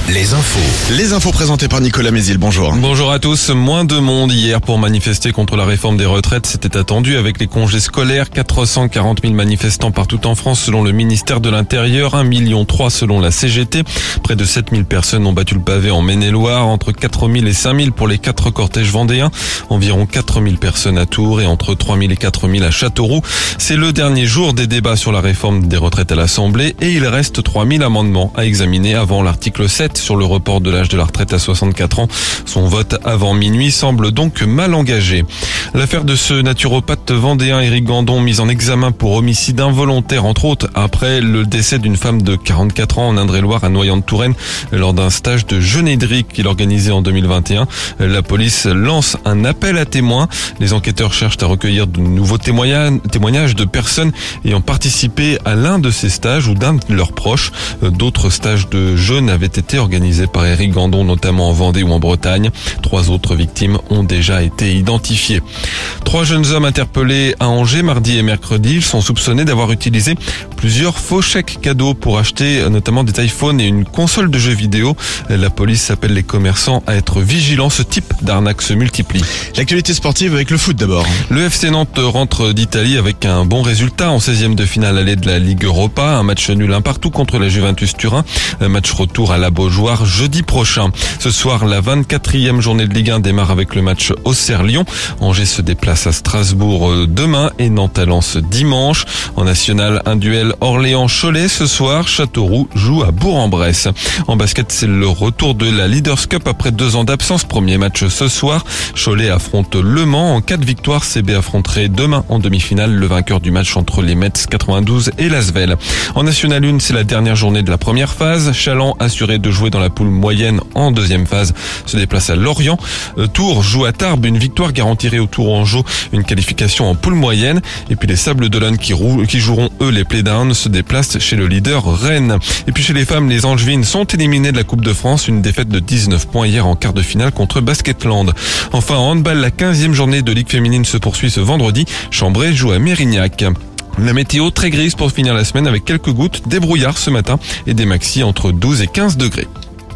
les infos. Les infos présentées par Nicolas Mézil, bonjour. Bonjour à tous. Moins de monde hier pour manifester contre la réforme des retraites. C'était attendu avec les congés scolaires. 440 000 manifestants partout en France selon le ministère de l'Intérieur. 1,3 million selon la CGT. Près de 7 000 personnes ont battu le pavé en Maine-et-Loire. Entre 4 000 et 5 000 pour les 4 cortèges vendéens. Environ 4 000 personnes à Tours et entre 3 000 et 4 000 à Châteauroux. C'est le dernier jour des débats sur la réforme des retraites à l'Assemblée et il reste 3 000 amendements à examiner avant l'article 7 sur le report de l'âge de la retraite à 64 ans. Son vote avant minuit semble donc mal engagé. L'affaire de ce naturopathe vendéen Éric Gandon mis en examen pour homicide involontaire entre autres après le décès d'une femme de 44 ans en Indre-et-Loire à Noyant-de-Touraine lors d'un stage de jeûne hydrique qu'il organisait en 2021. La police lance un appel à témoins. Les enquêteurs cherchent à recueillir de nouveaux témoignages de personnes ayant participé à l'un de ces stages ou d'un de leurs proches. D'autres stages de jeûne avaient été organisés par Éric Gandon, notamment en Vendée ou en Bretagne. 3 autres victimes ont déjà été identifiées. 3 jeunes hommes interpellés à Angers mardi et mercredi. Ils sont soupçonnés d'avoir utilisé plusieurs faux chèques cadeaux pour acheter notamment des iPhones et une console de jeux vidéo. La police appelle les commerçants à être vigilants. Ce type d'arnaque se multiplie. L'actualité sportive avec le foot d'abord. Le FC Nantes rentre d'Italie avec un bon résultat en 16e de finale allée de la Ligue Europa. Un match nul 1-1 contre la Juventus Turin. Un match retour à la Beaujoire jeudi prochain. Ce soir, la 24e journée de Ligue 1 démarre avec le match Auxerre-Lyon. Angers se déplace à Strasbourg demain et Nantes à Lens dimanche. En national, un duel Orléans-Cholet ce soir. Châteauroux joue à Bourg-en-Bresse. En basket, c'est le retour de la Leaders Cup après 2 ans d'absence. Premier match ce soir. Cholet affronte Le Mans. En cas de victoire, CB affronterait demain en demi-finale le vainqueur du match entre les Mets 92 et l'Asvel. En National 1, c'est la dernière journée de la première phase. Chaland, assuré de jouer dans la poule moyenne en deuxième phase, se déplace à Lorient. Tours joue à Tarbes. Une victoire garantirait au Tourangeau une qualification en poule moyenne. Et puis les Sables d'Olonne qui joueront eux les playdowns se déplacent chez le leader Rennes. Et puis chez les femmes, les Angevines sont éliminées de la Coupe de France. Une défaite de 19 points hier en quart de finale contre Basketland. Enfin en handball, la 15e journée de Ligue féminine se poursuit ce vendredi. Chambray joue à Mérignac. La météo très grise pour finir la semaine avec quelques gouttes, des brouillards ce matin et des maxis entre 12 et 15 degrés.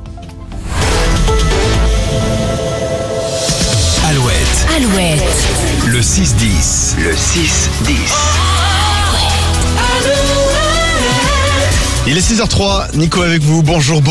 Alouette. Le 6-10. Il est 6h03, Nico avec vous, bonjour.